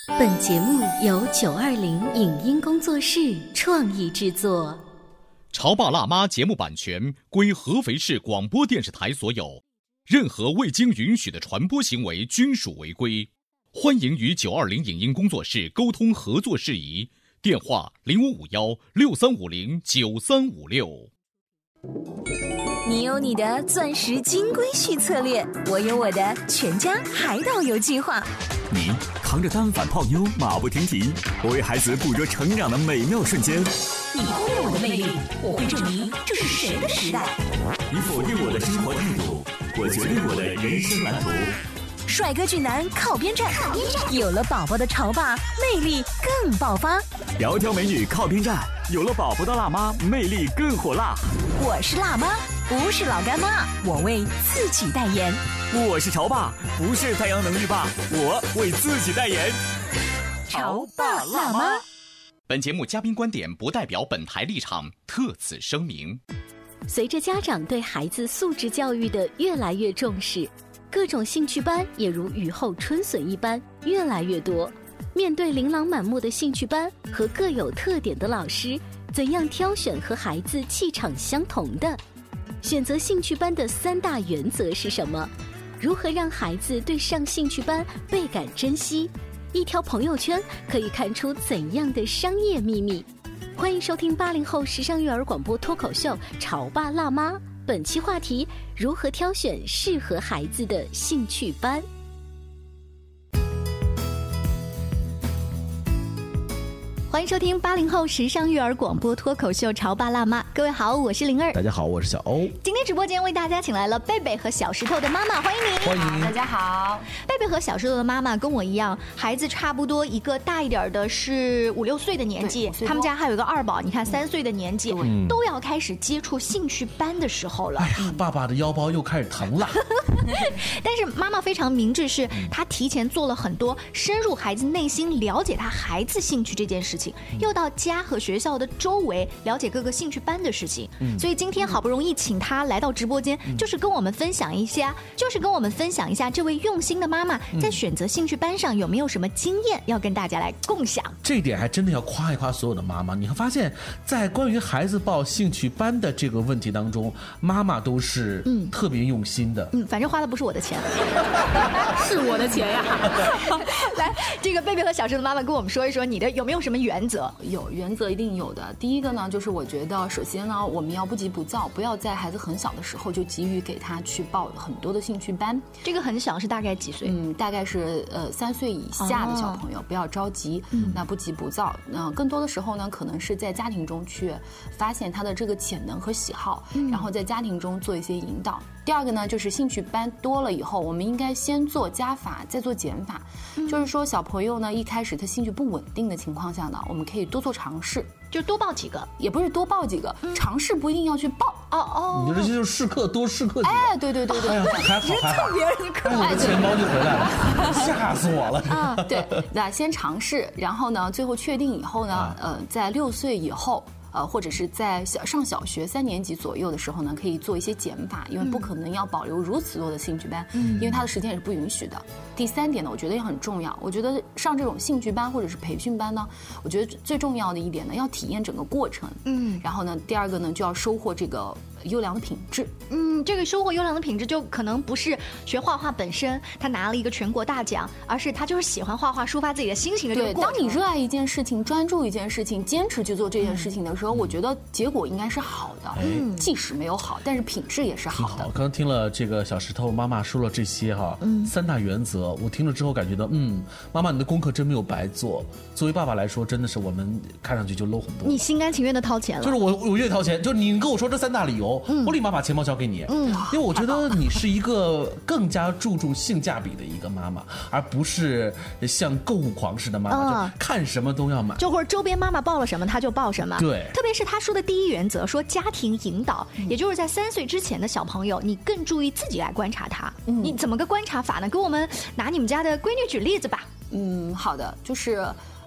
本节目由920影音工作室创意制作。 潮爸辣妈节目版权归合肥市广播电视台所有，任何未经允许的传播行为均属违规。欢迎与920影音工作室沟通合作事宜，电话055163509356。 你有你的钻石金龟婿策略，我有我的全家海岛游计划。 你扛着单反泡妞马不停蹄，我为孩子捕捉成长的美妙瞬间。 你忽略我的魅力，我会证明这是谁的时代。 你否定我的生活态度，我决定我的人生蓝图。 帅哥俊男靠边站，有了宝宝的潮爸魅力更爆发。 窈窕美女靠边站，有了宝宝的辣妈魅力更火辣。 我是辣妈，不是老干妈，我为自己代言。 我是潮爸，不是太阳能浴霸，我为自己代言。 潮爸辣妈。 本节目嘉宾观点不代表本台立场，特此声明。 随着家长对孩子素质教育的越来越重视，各种兴趣班也如雨后春笋一般越来越多。面对琳琅满目的兴趣班和各有特点的老师，怎样挑选和孩子气场相同的？选择兴趣班的3大原则是什么？如何让孩子对上兴趣班倍感珍惜？一条朋友圈可以看出怎样的商业秘密？欢迎收听80后时尚育儿广播脱口秀《潮爸辣妈》，本期话题：如何挑选适合孩子的兴趣班。欢迎收听80后时尚育儿广播脱口秀《潮爸辣妈》，各位好，我是灵儿。 大家好，我是小欧。 今天直播间为大家请来了贝贝和小石头的妈妈，欢迎你。 欢迎大家好。 贝贝和小石头的妈妈跟我一样，孩子差不多，一个大一点的是5、6岁的年纪，他们家还有一个二宝，你看3岁的年纪，都要开始接触兴趣班的时候了。 哎呀，爸爸的腰包又开始疼了。 但是妈妈非常明智，是她提前做了很多深入孩子内心，了解他孩子兴趣这件事情，又到家和学校的周围了解各个兴趣班的事情。所以今天好不容易请她来到直播间，就是跟我们分享一下，这位用心的妈妈在选择兴趣班上有没有什么经验要跟大家来共享。 这一点还真的要夸一夸所有的妈妈。你会发现在关于孩子报兴趣班的这个问题当中，妈妈都是特别用心的。 反正花的不是我的钱。 是我的钱呀。 来，这个贝贝和小石的妈妈跟我们说一说，你的有没有什么原则？ 有原则，一定有的。第一个呢，就是我觉得首先呢，我们要不急不躁，不要在孩子很小的时候就急于给他去报很多的兴趣班。 这个很小是大概几岁？ 大概是3岁以下的小朋友，不要着急，那不急不躁。更多的时候呢，可能是在家庭中去发现他的这个潜能和喜好，然后在家庭中做一些引导。第二个呢，就是兴趣班多了以后，我们应该先做加法，再做减法。就是说，小朋友呢，一开始他兴趣不稳定的情况下呢，我们可以多做尝试， 就多报几个， 也不是多报几个，尝试不一定要去报。 你这就是试课多试课几个。 哎，对。 哎呀，还好。 蹭别人的课， 我的钱包就回来了，吓死我了。 对，那先尝试，然后呢，最后确定以后呢，在6岁以后。或者是在上小学3年级左右的时候呢，可以做一些减法，因为不可能要保留如此多的兴趣班，因为他的时间也是不允许的。第3点呢，我觉得也很重要。我觉得上这种兴趣班或者是培训班呢，我觉得最重要的一点呢，要体验整个过程。然后呢，第二个呢，就要收获这个优良的品质。 这个收获优良的品质，就可能不是学画画本身他拿了一个全国大奖，而是他就是喜欢画画，抒发自己的心情的这个过程。 当你热爱一件事情，专注一件事情，坚持去做这件事情的时候，我觉得结果应该是好的。即使没有好，但是品质也是好的。 刚刚听了这个小石头妈妈说了这些3大原则，我听了之后感觉到，妈妈你的功课真没有白做。作为爸爸来说，真的是我们看上去就 low 很多。 你心甘情愿的掏钱了， 就是我愿意掏钱，就是你跟我说这3大理由，我立马把钱包交给你。因为我觉得你是一个更加注重性价比的一个妈妈，而不是像购物狂似的妈妈，就看什么都要买， 就或者周边妈妈报了什么他就报什么。 对， 特别是他说的第一原则，说家庭引导，也就是在3岁之前的小朋友，你更注意自己来观察他。你怎么个观察法呢？给我们拿你们家的闺女举例子吧。 好的，就是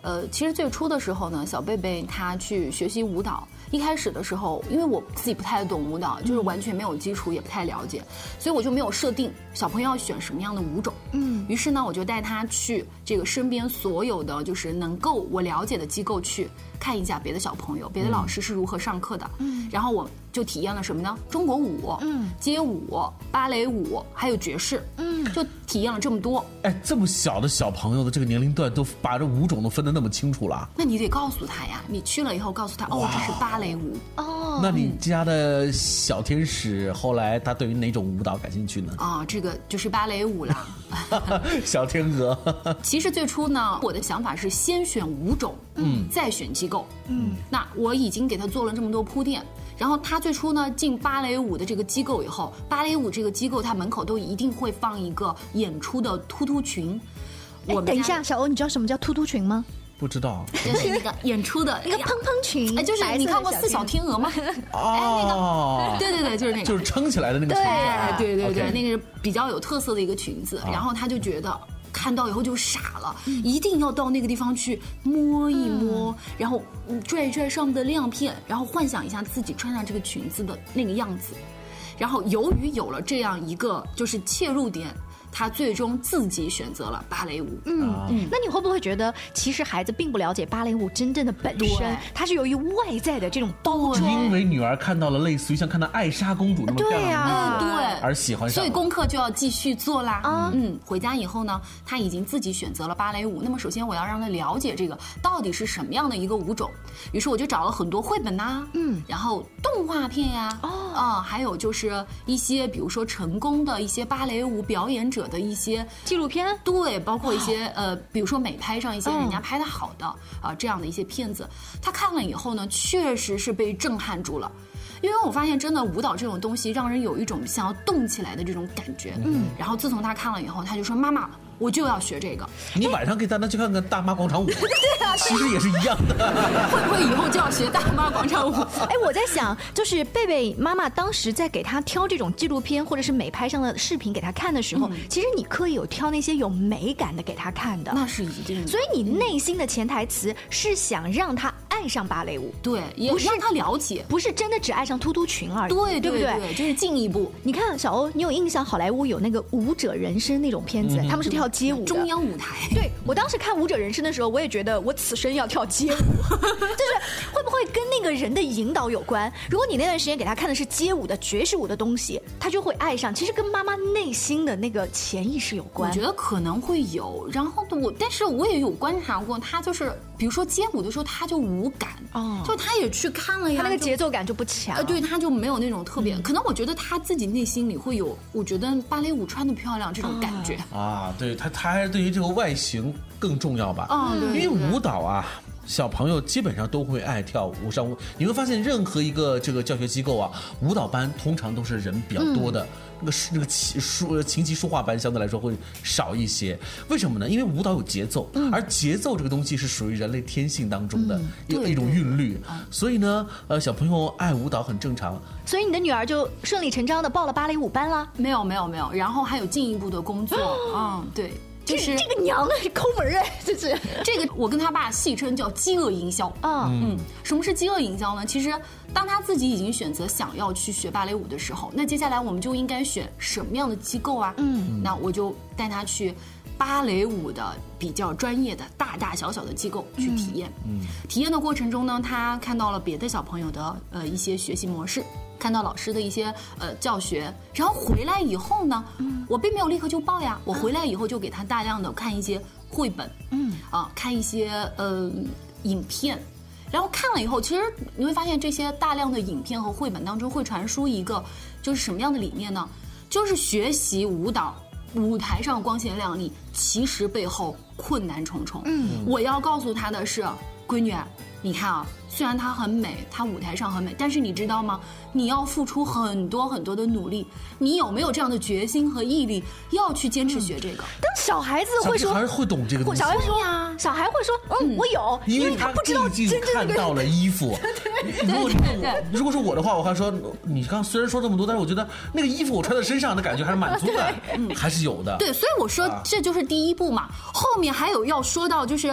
其实最初的时候呢，小贝贝他去学习舞蹈，一开始的时候，因为我自己不太懂舞蹈，就是完全没有基础，也不太了解，所以我就没有设定小朋友要选什么样的舞种。于是呢，我就带他去这个身边所有的就是能够我了解的机构去看一下别的小朋友、别的老师是如何上课的。然后我就体验了什么呢？中国舞、街舞、芭蕾舞，还有爵士。就体验了这么多。 哎，这么小的小朋友的这个年龄段都把这舞种都分得那么清楚了。 那你得告诉他呀，你去了以后告诉他，哦，这是芭蕾舞。 哦， 那你家的小天使后来他对于哪种舞蹈感兴趣呢？ 啊，这个就是芭蕾舞了。 小天鹅。 其实最初呢，我的想法是先选舞种，再选机构。那我已经给他做了这么多铺垫。然后他最初呢进芭蕾舞的这个机构以后，芭蕾舞这个机构他门口都一定会放一个演出的突突裙。 等一下，小欧，你知道什么叫突突裙吗？ 不知道， 就是那个演出的那个蓬蓬裙。 哎，就是你看过《四小天鹅》吗？ 哦， 对对对，就是那个， 就是撑起来的那个裙子。 对对对，那个是比较有特色的一个裙子。然后他就觉得。看到以后就傻了，一定要到那个地方去摸一摸，然后拽一拽上面的亮片，然后幻想一下自己穿上这个裙子的那个样子。然后由于有了这样一个就是切入点，他最终自己选择了芭蕾舞。 那你会不会觉得，其实孩子并不了解芭蕾舞真正的本身，它是由于外在的这种包装， 因为女儿看到了类似于像看到艾莎公主那么漂亮的对而喜欢上， 所以功课就要继续做啦。回家以后呢，他已经自己选择了芭蕾舞。那么首先我要让他了解这个到底是什么样的一个舞种，于是我就找了很多绘本呐，然后动画片呀，还有就是一些比如说成功的一些芭蕾舞表演者的一些纪录片， 对，包括一些比如说美拍上一些人家拍的好的这样的一些片子，他看了以后呢，确实是被震撼住了。因为我发现真的舞蹈这种东西让人有一种想要动起来的这种感觉。然后自从他看了以后，他就说妈妈，我就要学这个。 你晚上可以带他去看看大妈广场舞。对啊，其实也是一样的。 会不会以后就要学大妈广场舞？ 哎，我在想，就是贝贝妈妈当时在给他挑这种纪录片或者是美拍上的视频给他看的时候，其实你刻意有挑那些有美感的给他看的。 那是一定的。 所以你内心的潜台词是想让他爱上芭蕾舞， 对，也让他了解， 不是真的只爱上突突裙而已。 对， 对不对？ 就是进一步。 你看小欧，你有印象好莱坞有那个舞者人生那种片子，他们是跳街舞的中央舞台。 对，我当时看舞者人生的时候，我也觉得我此生要跳街舞。就是会不会跟那个人的引导有关？如果你那段时间给他看的是街舞的爵士舞的东西，他就会爱上。其实跟妈妈内心的那个潜意识有关。 我觉得可能会有。然后但是我也有观察过，他就是比如说街舞的时候，他就无感，就他也去看了呀， 他那个节奏感就不强。 对，他就没有那种特别。可能我觉得他自己内心里会有，我觉得芭蕾舞穿得漂亮这种感觉对他还是对于这个外形更重要吧。 对， 因为舞蹈小朋友基本上都会爱跳舞。你会发现任何一个这个教学机构舞蹈班通常都是人比较多的，那个琴棋书画班相对来说会少一些。为什么呢？因为舞蹈有节奏，而节奏这个东西是属于人类天性当中的一种韵律，所以呢，小朋友爱舞蹈很正常。 所以你的女儿就顺理成章的报了芭蕾舞班啦？ 没有，然后还有进一步的工作。对。就是这个娘抠门哎，这是这个我跟他爸戏称叫饥饿营销。什么是饥饿营销呢？其实当他自己已经选择想要去学芭蕾舞的时候，那接下来我们就应该选什么样的机构啊？那我就带他去芭蕾舞的比较专业的大大小小的机构去体验。体验的过程中呢，他看到了别的小朋友的一些学习模式，看到老师的一些教学，然后回来以后呢，我并没有立刻就报呀，我回来以后就给他大量的看一些绘本，看一些影片，然后看了以后，其实你会发现这些大量的影片和绘本当中会传输一个就是什么样的理念呢？就是学习舞蹈。舞台上光鲜亮丽，其实背后困难重重。我要告诉他的是，闺女，你看虽然她很美，她舞台上很美，但是你知道吗？你要付出很多很多的努力。你有没有这样的决心和毅力，要去坚持学这个？ 但小孩子会说， 小孩会懂这个东西。 小孩说呀，小孩会说，我有，因为他不知道真正看到了衣服。如果是我的话，我还说，你刚虽然说这么多，但是我觉得那个衣服我穿在身上的感觉还是满足感，还是有的。 对，所以我说这就是第一步嘛，后面还有要说到就是。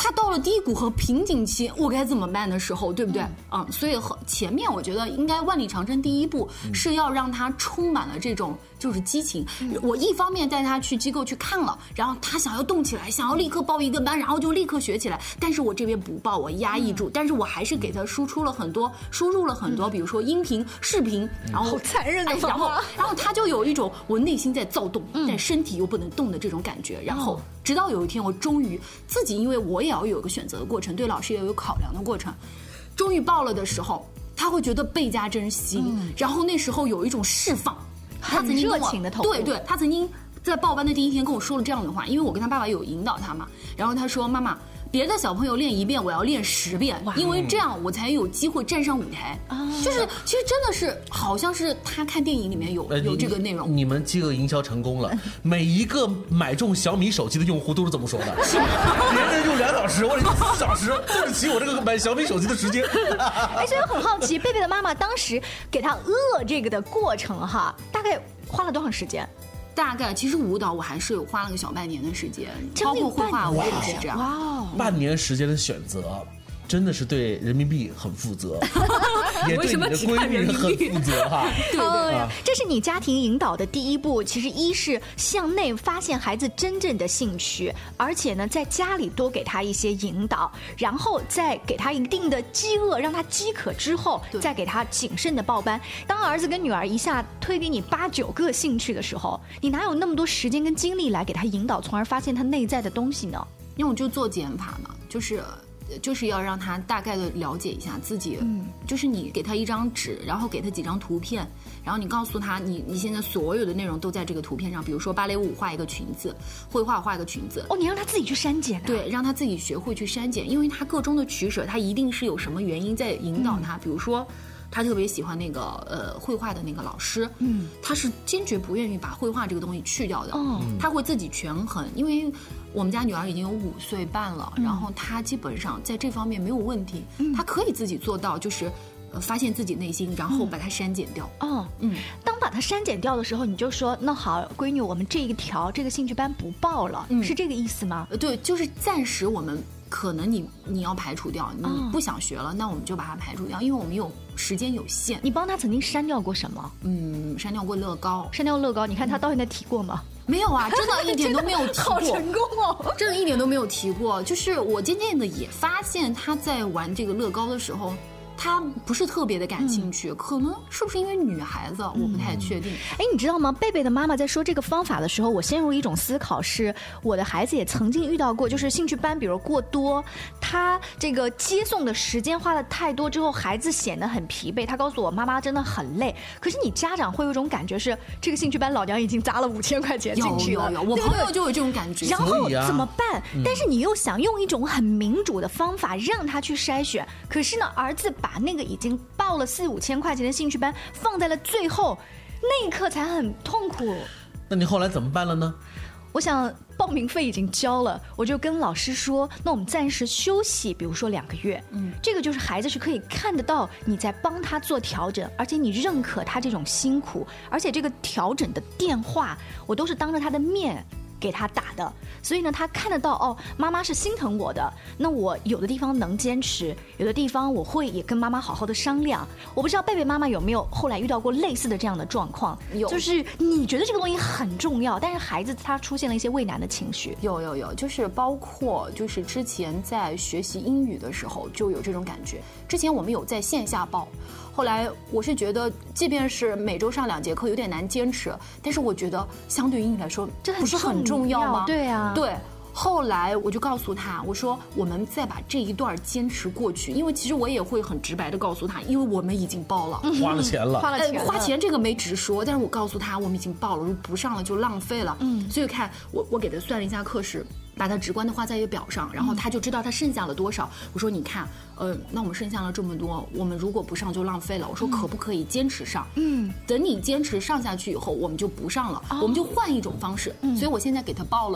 他到了低谷和瓶颈期，我该怎么办的时候，对不对？所以前面我觉得应该万里长征第一步是要让他充满了这种就是激情。我一方面带他去机构去看了，然后他想要动起来，想要立刻报一个班，然后就立刻学起来。但是我这边不报，我压抑住，但是我还是给他输入了很多，比如说音频、视频，然后好残忍的然后他就有一种我内心在躁动，但身体又不能动的这种感觉。然后直到有一天，我终于自己，因为我也要有一个选择的过程，对老师也有考量的过程，终于报了的时候，他会觉得倍加珍惜，然后那时候有一种释放，他曾经热情的投入， 对，他曾经在报班的第一天跟我说了这样的话，因为我跟他爸爸有引导他嘛，然后他说妈妈，别的小朋友练1遍，我要练10遍，因为这样我才有机会站上舞台。就是其实真的是好像是他看电影里面有这个内容。 你们饥饿营销成功了，每一个买中小米手机的用户都是这么说的。别人用2小时，我用4小时，对不起我这个买小米手机的时间。 所以我很好奇，贝贝的妈妈当时给他饿这个的过程哈，大概花了多长时间？ 大概其实舞蹈我还是有花了个小半年的时间，包括绘画我也是这样。 哇哦， 半年时间的选择。真的是对人民币很负责，也对你的闺女很负责哈。 对，这是你家庭引导的第一步。其实一是向内发现孩子真正的兴趣，而且呢，在家里多给他一些引导，然后再给他一定的饥饿，让他饥渴之后，再给他谨慎的报班。当儿子跟女儿一下推给你8、9个兴趣的时候，你哪有那么多时间跟精力来给他引导，从而发现他内在的东西呢？ 因为我就做减法嘛，就是要让他大概的了解一下自己，就是你给他一张纸，然后给他几张图片，然后你告诉他你现在所有的内容都在这个图片上，比如说芭蕾舞画一个裙子，绘画画一个裙子。 哦，你让他自己去删减啊？ 对，让他自己学会去删减，因为他个中的取舍，他一定是有什么原因在引导他，比如说。他特别喜欢那个绘画的那个老师，他是坚决不愿意把绘画这个东西去掉的，他会自己权衡，因为我们家女儿已经有5岁半了，然后她基本上在这方面没有问题，她可以自己做到，就是发现自己内心，然后把它删减掉。 当把它删减掉的时候，你就说那好，闺女，我们这个兴趣班不报了，是这个意思吗？ 对，就是暂时我们。可能你要排除掉，你不想学了，那我们就把它排除掉，因为我们有时间有限。 你帮他曾经删掉过什么？ 删掉过乐高。 删掉乐高，你看他到现在提过吗？ 没有啊，真的一点都没有提过。 好成功哦！ 真的一点都没有提过。就是我渐渐的也发现他在玩这个乐高的时候。他不是特别的感兴趣，可能是不是因为女孩子，我不太确定。 你知道吗？贝贝的妈妈在说这个方法的时候，我陷入了一种思考，是我的孩子也曾经遇到过，就是兴趣班比如过多，他这个接送的时间花的太多之后，孩子显得很疲惫。他告诉我，妈妈真的很累。可是你家长会有一种感觉是，这个兴趣班老娘已经砸了5000块钱进去了， 有，我朋友就有这种感觉。 然后怎么办？但是你又想用一种很民主的方法让他去筛选，可是呢，儿子把那个已经报了4、5千块钱的兴趣班放在了最后，那一刻才很痛苦。 那你后来怎么办了呢？ 我想报名费已经交了，我就跟老师说，那我们暂时休息，比如说2个月。这个就是孩子是可以看得到你在帮他做调整，而且你认可他这种辛苦，而且这个调整的电话我都是当着他的面给他打的，所以呢，他看得到妈妈是心疼我的。那我有的地方能坚持，有的地方我会也跟妈妈好好的商量。我不知道贝贝妈妈有没有后来遇到过类似的这样的状况？ 有， 就是你觉得这个东西很重要，但是孩子他出现了一些畏难的情绪。 有，就是包括就是之前在学习英语的时候就有这种感觉。之前我们有在线下报。后来我是觉得，即便是每周上2节课有点难坚持，但是我觉得相对于你来说，这不是很重要吗？ 对啊， 对。后来我就告诉他，我说我们再把这一段坚持过去，因为其实我也会很直白的告诉他，因为我们已经报了， 花了钱了， 花钱这个没直说，但是我告诉他我们已经报了，如果不上了就浪费了。所以看我给他算了一下课时。把它直观的画在一个表上，然后他就知道他剩下了多少。我说你看，那我们剩下了这么多，我们如果不上就浪费了。我说可不可以坚持上？等你坚持上下去以后，我们就不上了，我们就换一种方式。所以我现在给他报了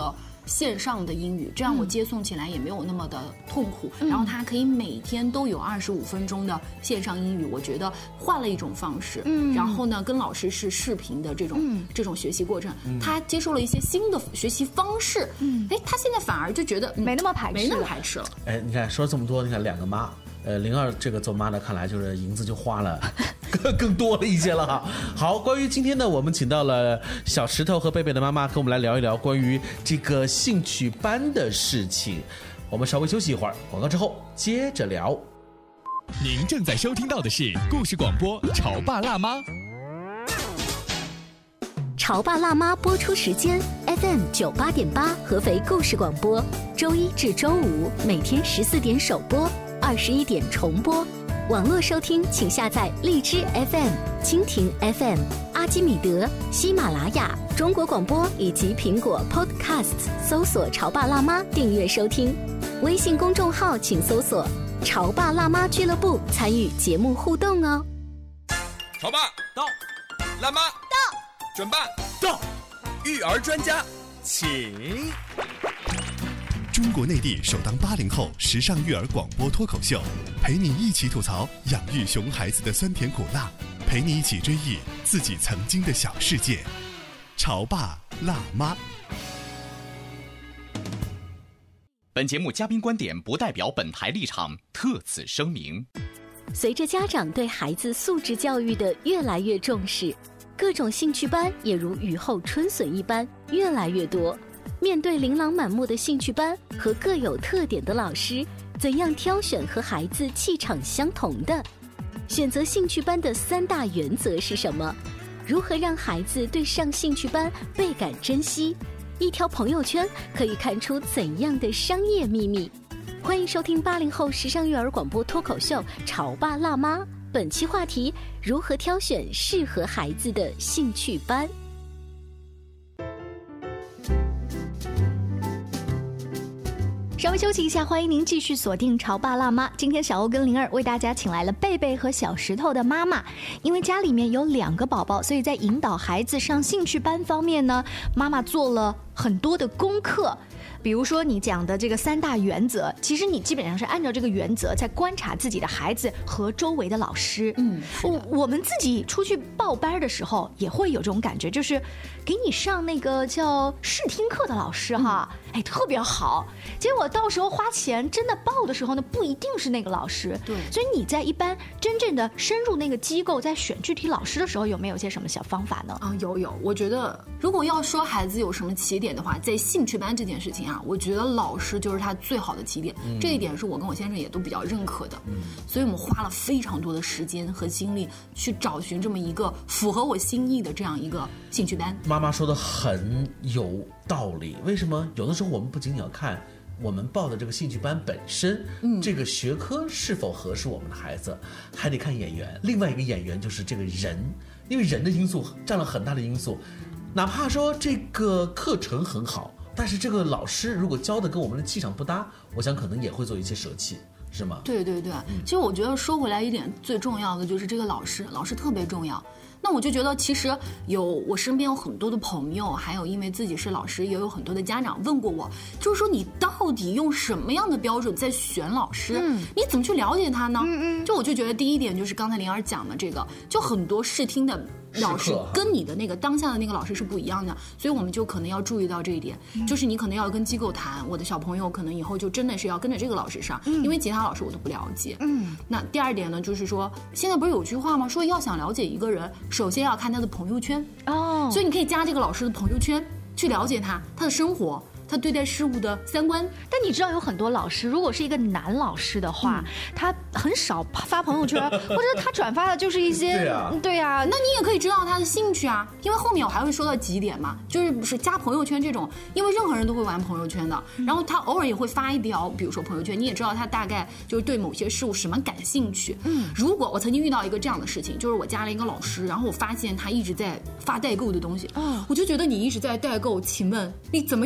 线上的英语，这样我接送起来也没有那么的痛苦。然后他可以每天都有25分钟的线上英语，我觉得换了一种方式。然后呢，跟老师是视频的这种学习过程，他接受了一些新的学习方式。他现在反而就觉得没那么排斥了。 哎，你看说了这么多，你看2个妈。02这个做妈的看来就是银子就花了更多了一些了哈。好，关于今天呢，我们请到了小石头和贝贝的妈妈，跟我们来聊一聊关于这个兴趣班的事情。我们稍微休息一会儿，广告之后接着聊。 您正在收听到的是故事广播《潮爸辣妈》。 潮爸辣妈播出时间 FM 98.8合肥故事广播，周一至周五每天14点首播，21点重播。网络收听请下载荔枝 FM、蜻蜓 FM、阿基米德、喜马拉雅、中国广播以及苹果 Podcasts 搜索潮爸辣妈订阅收听。微信公众号请搜索潮爸辣妈俱乐部，参与节目互动哦。 潮爸到，辣妈到，准爸到，育儿专家请。 中国内地首档80后时尚育儿广播脱口秀，陪你一起吐槽养育熊孩子的酸甜苦辣，陪你一起追忆自己曾经的小世界。潮爸辣妈。 本节目嘉宾观点不代表本台立场，特此声明。 随着家长对孩子素质教育的越来越重视，各种兴趣班也如雨后春笋一般越来越多。面对琳琅满目的兴趣班和各有特点的老师，怎样挑选和孩子气场相同的？选择兴趣班的3大原则是什么？如何让孩子对上兴趣班倍感珍惜？一条朋友圈可以看出怎样的商业秘密？欢迎收听80后时尚育儿广播脱口秀《潮爸辣妈》，本期话题：如何挑选适合孩子的兴趣班。 稍微休息一下，欢迎您继续锁定潮爸辣妈。今天小欧跟02为大家请来了贝贝和小石头的妈妈。因为家里面有2个宝宝，所以在引导孩子上兴趣班方面呢，妈妈做了很多的功课。比如说你讲的这个3大原则，其实你基本上是按照这个原则在观察自己的孩子和周围的老师。我们自己出去报班的时候也会有这种感觉，就是给你上那个叫试听课的老师哈，特别好。结果到时候花钱真的报的时候呢，不一定是那个老师。对，所以你在一般真正的深入那个机构，在选具体老师的时候，有没有些什么小方法呢？ 有。我觉得如果要说孩子有什么起点的话，在兴趣班这件事情啊，我觉得老师就是他最好的起点。这一点是我跟我先生也都比较认可的。所以我们花了非常多的时间和精力去找寻这么一个符合我心意的这样一个兴趣班。 妈妈说的很有道理。为什么有的时候我们不仅仅要看我们报的这个兴趣班本身，这个学科是否合适我们的孩子，还得看演员。另外一个演员就是这个人，因为人的因素占了很大的因素。哪怕说这个课程很好，但是这个老师如果教的跟我们的气场不搭，我想可能也会做一些舍弃，是吗？ 对。其实我觉得说回来一点，最重要的就是这个老师特别重要。那我就觉得其实我身边有很多的朋友，还有因为自己是老师，也有很多的家长问过我，就是说你到底用什么样的标准在选老师？你怎么去了解他呢？我就觉得第一点就是刚才灵儿讲的这个，就很多试听的老师跟你的那个当下的那个老师是不一样的，所以我们就可能要注意到这一点，就是你可能要跟机构谈，我的小朋友可能以后就真的是要跟着这个老师上，因为其他老师我都不了解。那第二点呢，就是说现在不是有句话吗？说要想了解一个人，首先要看他的朋友圈。所以你可以加这个老师的朋友圈，去了解他的生活，他对待事物的3观。 但你知道有很多老师，如果是一个男老师的话，他很少发朋友圈，或者他转发的就是一些对啊， 那你也可以知道他的兴趣啊，因为后面我还会说到几点嘛，就是加朋友圈这种，因为任何人都会玩朋友圈的，然后他偶尔也会发一条，比如说朋友圈，你也知道他大概就是对某些事物什么感兴趣。如果我曾经遇到一个这样的事情，就是我加了一个老师，然后我发现他一直在发代购的东西，我就觉得你一直在代购，请问你怎么有时间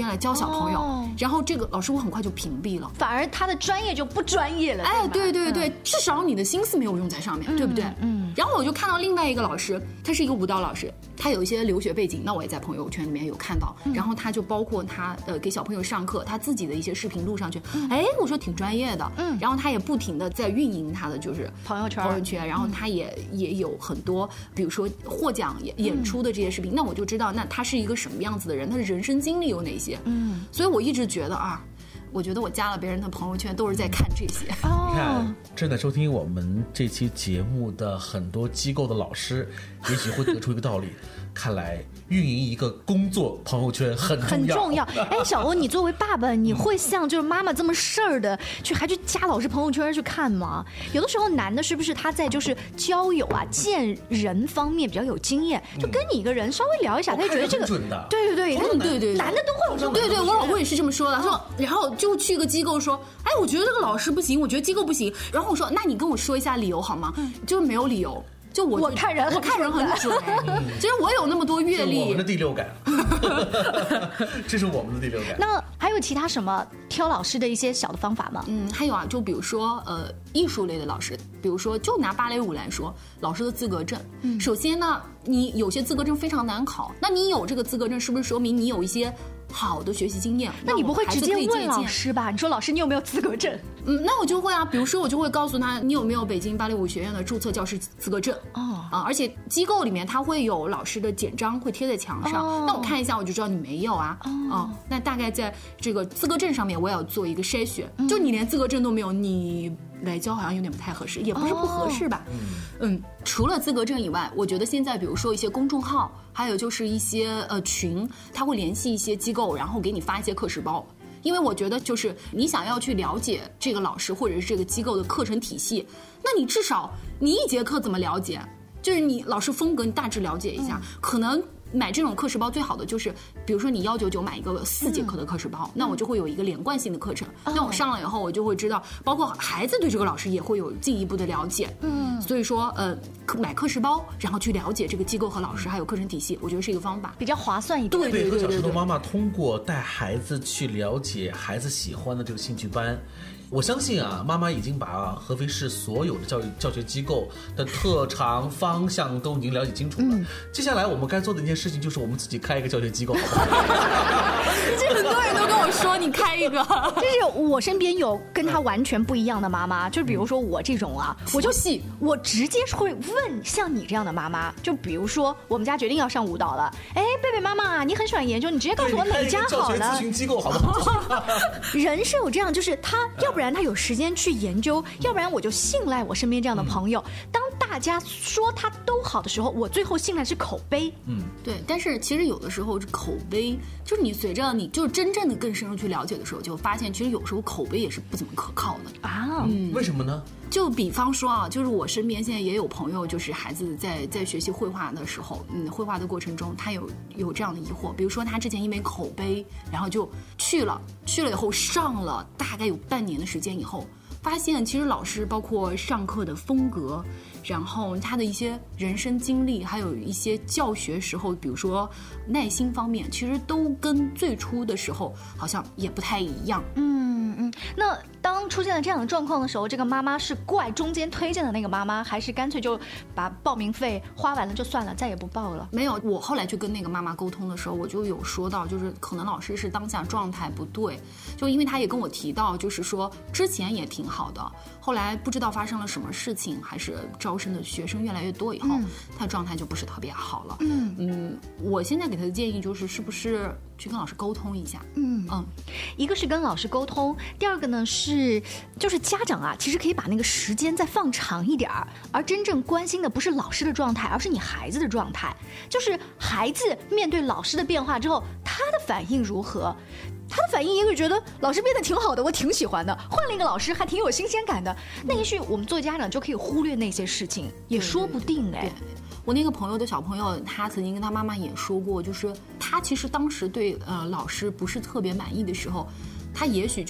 来教小朋友，然后这个老师我很快就屏蔽了， 反而他的专业就不专业了。 哎，对对对，至少你的心思没有用在上面，对不对？然后我就看到另外一个老师，他是一个舞蹈老师，他有一些留学背景，那我也在朋友圈里面有看到，然后他就包括他给小朋友上课，他自己的一些视频录上去，哎，我说挺专业的，然后他也不停的在运营他的就是朋友圈， 然后他也有很多，比如说获奖演出的这些视频，那我就知道，那他是一个什么样子的人，他的人生经历有哪些，所以我一直觉得啊。我觉得我加了别人的朋友圈，都是在看这些。 你看，正在收听我们这期节目的很多机构的老师，也许会得出一个道理：看来运营一个工作朋友圈很重要。 哎，小欧，你作为爸爸，你会像就是妈妈这么事儿的，还去加老师朋友圈去看吗？有的时候男的是不是他在就是交友啊、见人方面比较有经验，就跟你一个人稍微聊一下，他就觉得这个准的。 对，男的都会有这种。 对，我老公也是这么说的，说然后。就去一个机构说，哎，我觉得这个老师不行，我觉得机構不行。然后我说，那你跟我说一下理由好吗？就是没有理由。就我看人很准，其实我有那么多阅历， 我们的第六感，这是我们的第六感。 那还有其他什么挑老师的一些小的方法吗？ 还有啊，就比如说艺术类的老师，比如说就拿芭蕾舞来说，老师的资格证，首先呢，你有些资格证非常难考，那你有这个资格证，是不是说明你有一些好的学习经验？ 那你不会直接问老师吧？你说老师，你有没有资格证？ 那我就会啊，比如说我就会告诉他，你有没有北京芭蕾舞学院的注册教师资格证？而且机构里面它会有老师的简章会贴在墙上，那我看一下我就知道你没有啊。那大概在这个资格证上面我也要做一个筛选，就你连资格证都没有，你来教好像有点不太合适，也不是不合适吧。除了资格证以外，我觉得现在比如说一些公众号，还有就是一些群，他会联系一些机构，然后给你发一些课时包。因为我觉得就是你想要去了解这个老师或者是这个机构的课程体系，那你至少你一节课怎么了解？就是你老师风格你大致了解一下，可能买这种课时包最好的就是，比如说你199买一个4节课的课时包，那我就会有一个连贯性的课程。那我上了以后，我就会知道，包括孩子对这个老师也会有进一步的了解。所以说买课时包，然后去了解这个机构和老师还有课程体系，我觉得是一个方法， 比较划算一点。 对，小石头妈妈通过带孩子去了解孩子喜欢的这个兴趣班。我相信啊，妈妈已经把合肥市所有的教学机构的特长方向都已经了解清楚了。接下来我们该做的一件事情就是我们自己开一个教学机构，好不好？ 这很多人都跟我说你开一个， 就是我身边有跟他完全不一样的妈妈，就比如说我这种啊，我直接会问像你这样的妈妈，就比如说我们家决定要上舞蹈了，哎，贝贝妈妈，你很喜欢研究，你直接告诉我哪家好了。 教学咨询机构好不好？ 人是有这样，就是他要不然他有时间去研究，要不然我就信赖我身边这样的朋友。当大家说他都好的时候，我最后信赖是口碑。 对。但是其实有的时候口碑，就是你随着你就是真正的更深入去了解的时候，就发现其实有时候口碑也是不怎么可靠的啊。 为什么呢？ 就比方说啊，就是我身边现在也有朋友，就是孩子在学习绘画的时候，绘画的过程中，他有这样的疑惑，比如说他之前因为口碑，然后就去了以后上了大概有半年的时间以后，发现其实老师包括上课的风格，然后他的一些人生经历，还有一些教学时候，比如说耐心方面，其实都跟最初的时候好像也不太一样。 那当出现了这样的状况的时候，这个妈妈是怪中间推荐的那个妈妈，还是干脆就把报名费花完了就算了，再也不报了？ 没有，我后来去跟那个妈妈沟通的时候，我就有说到，就是可能老师是当下状态不对，就因为他也跟我提到，就是说之前也挺好的，后来不知道发生了什么事情，还是招生的学生越来越多以后，他状态就不是特别好了。我现在给他的建议就是，是不是去跟老师沟通一下？ 一个是跟老师沟通，第二个呢就是家长啊，其实可以把那个时间再放长一点儿，而真正关心的不是老师的状态，而是你孩子的状态。就是孩子面对老师的变化之后，他的反应如何？他的反应也许觉得老师变得挺好的，我挺喜欢的，换了一个老师还挺有新鲜感的。那也许我们做家长就可以忽略那些事情，也说不定哎。 我那个朋友的小朋友，他曾经跟他妈妈也说过，就是他其实当时对老师不是特别满意的时候，他也许就是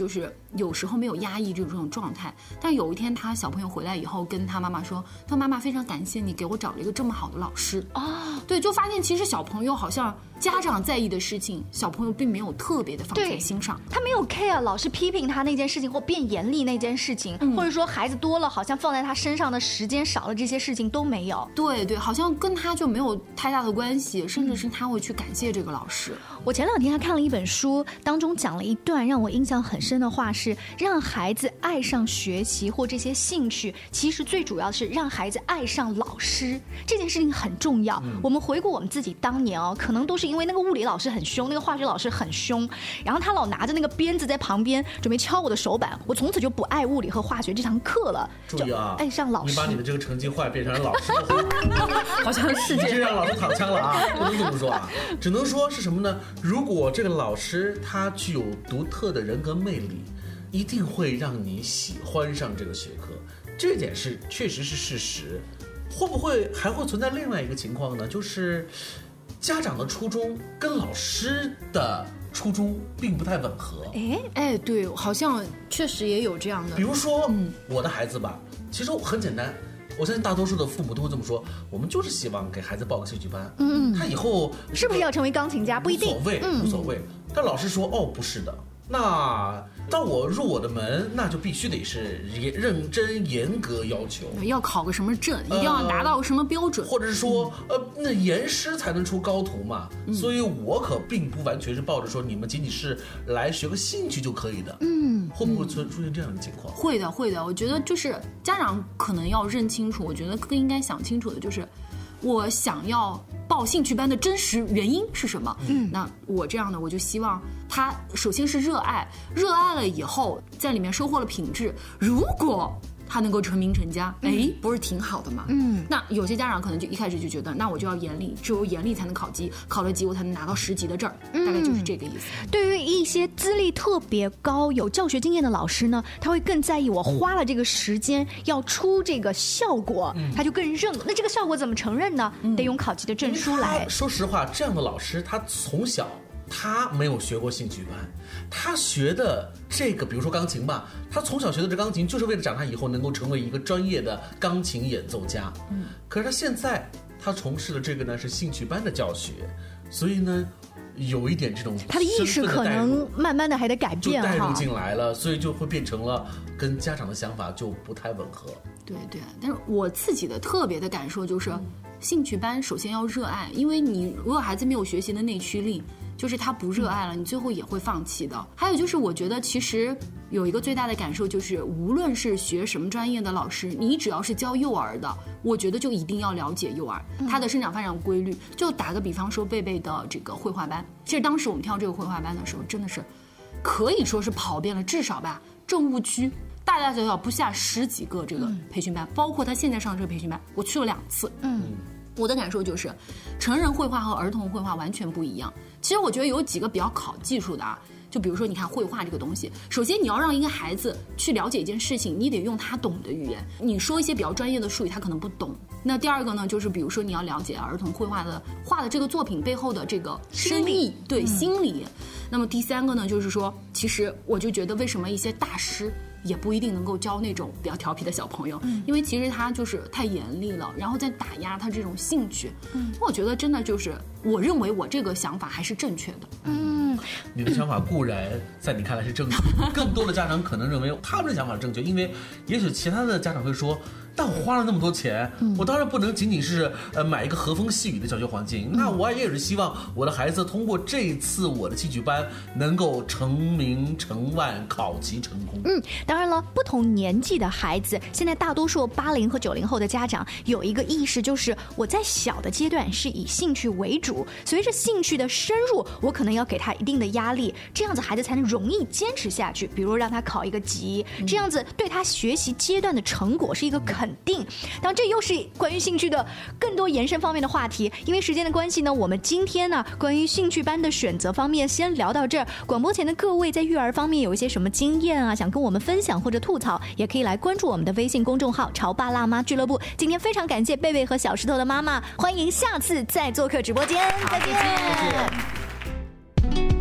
有时候没有压抑这种状态，但有一天他小朋友回来以后跟他妈妈说，他说妈妈非常感谢你给我找了一个这么好的老师啊。对，就发现其实小朋友好像家长在意的事情，小朋友并没有特别的放在心上， 他没有 care 老师批评他那件事情或变严厉那件事情，或者说孩子多了好像放在他身上的时间少了，这些事情都没有。 对对，好像跟他就没有太大的关系，甚至是他会去感谢这个老师。 我前2天还看了一本书，当中讲了一段让我印象很深的话，是让孩子爱上学习或这些兴趣，其实最主要是让孩子爱上老师，这件事情很重要。我们回顾我们自己当年可能都是因为那个物理老师很凶，那个化学老师很凶，然后他老拿着那个鞭子在旁边准备敲我的手板，我从此就不爱物理和化学这堂课了。 注意啊， 爱上老师， 你把你的这个成绩坏变成了老师的好像是你这让老师躺枪了啊！不能这么说啊，只能说是什么呢？如果这个老师他具有独特的人格魅力，一定会让你喜欢上这个学科，这点是确实是事实。会不会还会存在另外一个情况呢？就是家长的初衷跟老师的初衷并不太吻合。 哎，对，好像确实也有这样的。 比如说，我的孩子吧，其实很简单。我相信大多数的父母都会这么说，我们就是希望给孩子报个兴趣班，他以后是不是要成为钢琴家不一定， 无所谓。但老师说，不是的，那当我入我的门，那就必须得是认真严格要求， 要考个什么证，一定要达到什么标准， 或者是说，那严师才能出高徒嘛。所以我可并不完全是抱着说你们仅仅是来学个兴趣就可以的。会不会出现这样的情况？ 会的，会的。我觉得就是家长可能要认清楚，我觉得更应该想清楚的就是，我想要报兴趣班的真实原因是什么？那我这样的，我就希望他首先是热爱了以后，在里面收获了品质。如果他能够成名成家，不是挺好的吗？那有些家长可能就一开始就觉得，那我就要严厉，只有严厉才能考级，考了级我才能拿到10级的证，大概就是这个意思。 对于一些资历特别高、有教学经验的老师呢，他会更在意我花了这个时间要出这个效果，他就更认。那这个效果怎么承认呢？得用考级的证书来。 说实话，这样的老师他从小他没有学过兴趣班，他学的这个，比如说钢琴吧，他从小学的这钢琴就是为了长大以后能够成为一个专业的钢琴演奏家。可是他现在他从事的这个呢是兴趣班的教学，所以呢有一点这种他的意识可能慢慢的还得改变， 就带入进来了，所以就会变成了跟家长的想法就不太吻合。 对对，但是我自己的特别的感受就是，兴趣班首先要热爱，因为你如果孩子没有学习的内驱力，就是他不热爱了，你最后也会放弃的。还有就是我觉得其实有一个最大的感受就是，无论是学什么专业的老师，你只要是教幼儿的，我觉得就一定要了解幼儿他的生长发展规律。就打个比方说，贝贝的这个绘画班，其实当时我们跳这个绘画班的时候，真的是可以说是跑遍了至少吧政务区大大小小不下10几个这个培训班，包括他现在上这个培训班，我去了2次。我的感受就是，成人绘画和儿童绘画完全不一样。其实我觉得有几个比较考技术的啊，就比如说你看绘画这个东西，首先你要让一个孩子去了解一件事情，你得用他懂的语言，你说一些比较专业的术语他可能不懂。那第二个呢，就是比如说你要了解儿童绘画的画的这个作品背后的这个深意，对心理。那么第三个呢，就是说其实我就觉得为什么一些大师也不一定能够教那种比较调皮的小朋友，因为其实他就是太严厉了，然后再打压他这种兴趣。我觉得真的就是，我认为我这个想法还是正确的。 你的想法固然在你看来是正确，更多的家长可能认为他们的想法是正确，因为也许其他的家长会说，但我花了那么多钱，我当然不能仅仅是买一个和风细雨的教学环境，那我也是希望我的孩子通过这一次我的兴趣班能够成名成万，考级成功。 当然了，不同年纪的孩子，现在大多数80和90后的家长有一个意识，就是我在小的阶段是以兴趣为主，随着兴趣的深入，我可能要给他一定的压力，这样子孩子才能容易坚持下去。比如让他考一个级，这样子对他学习阶段的成果是一个肯定。当然，这又是关于兴趣的更多延伸方面的话题。因为时间的关系呢，我们今天呢关于兴趣班的选择方面先聊到这儿。广播前的各位在育儿方面有一些什么经验啊，想跟我们分享或者吐槽，也可以来关注我们的微信公众号潮爸辣妈俱乐部。今天非常感谢贝贝和小石头的妈妈，欢迎下次再做客直播间，再见。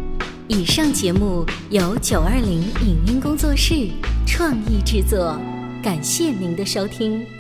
以上节目由920影音工作室创意制作，感谢您的收听。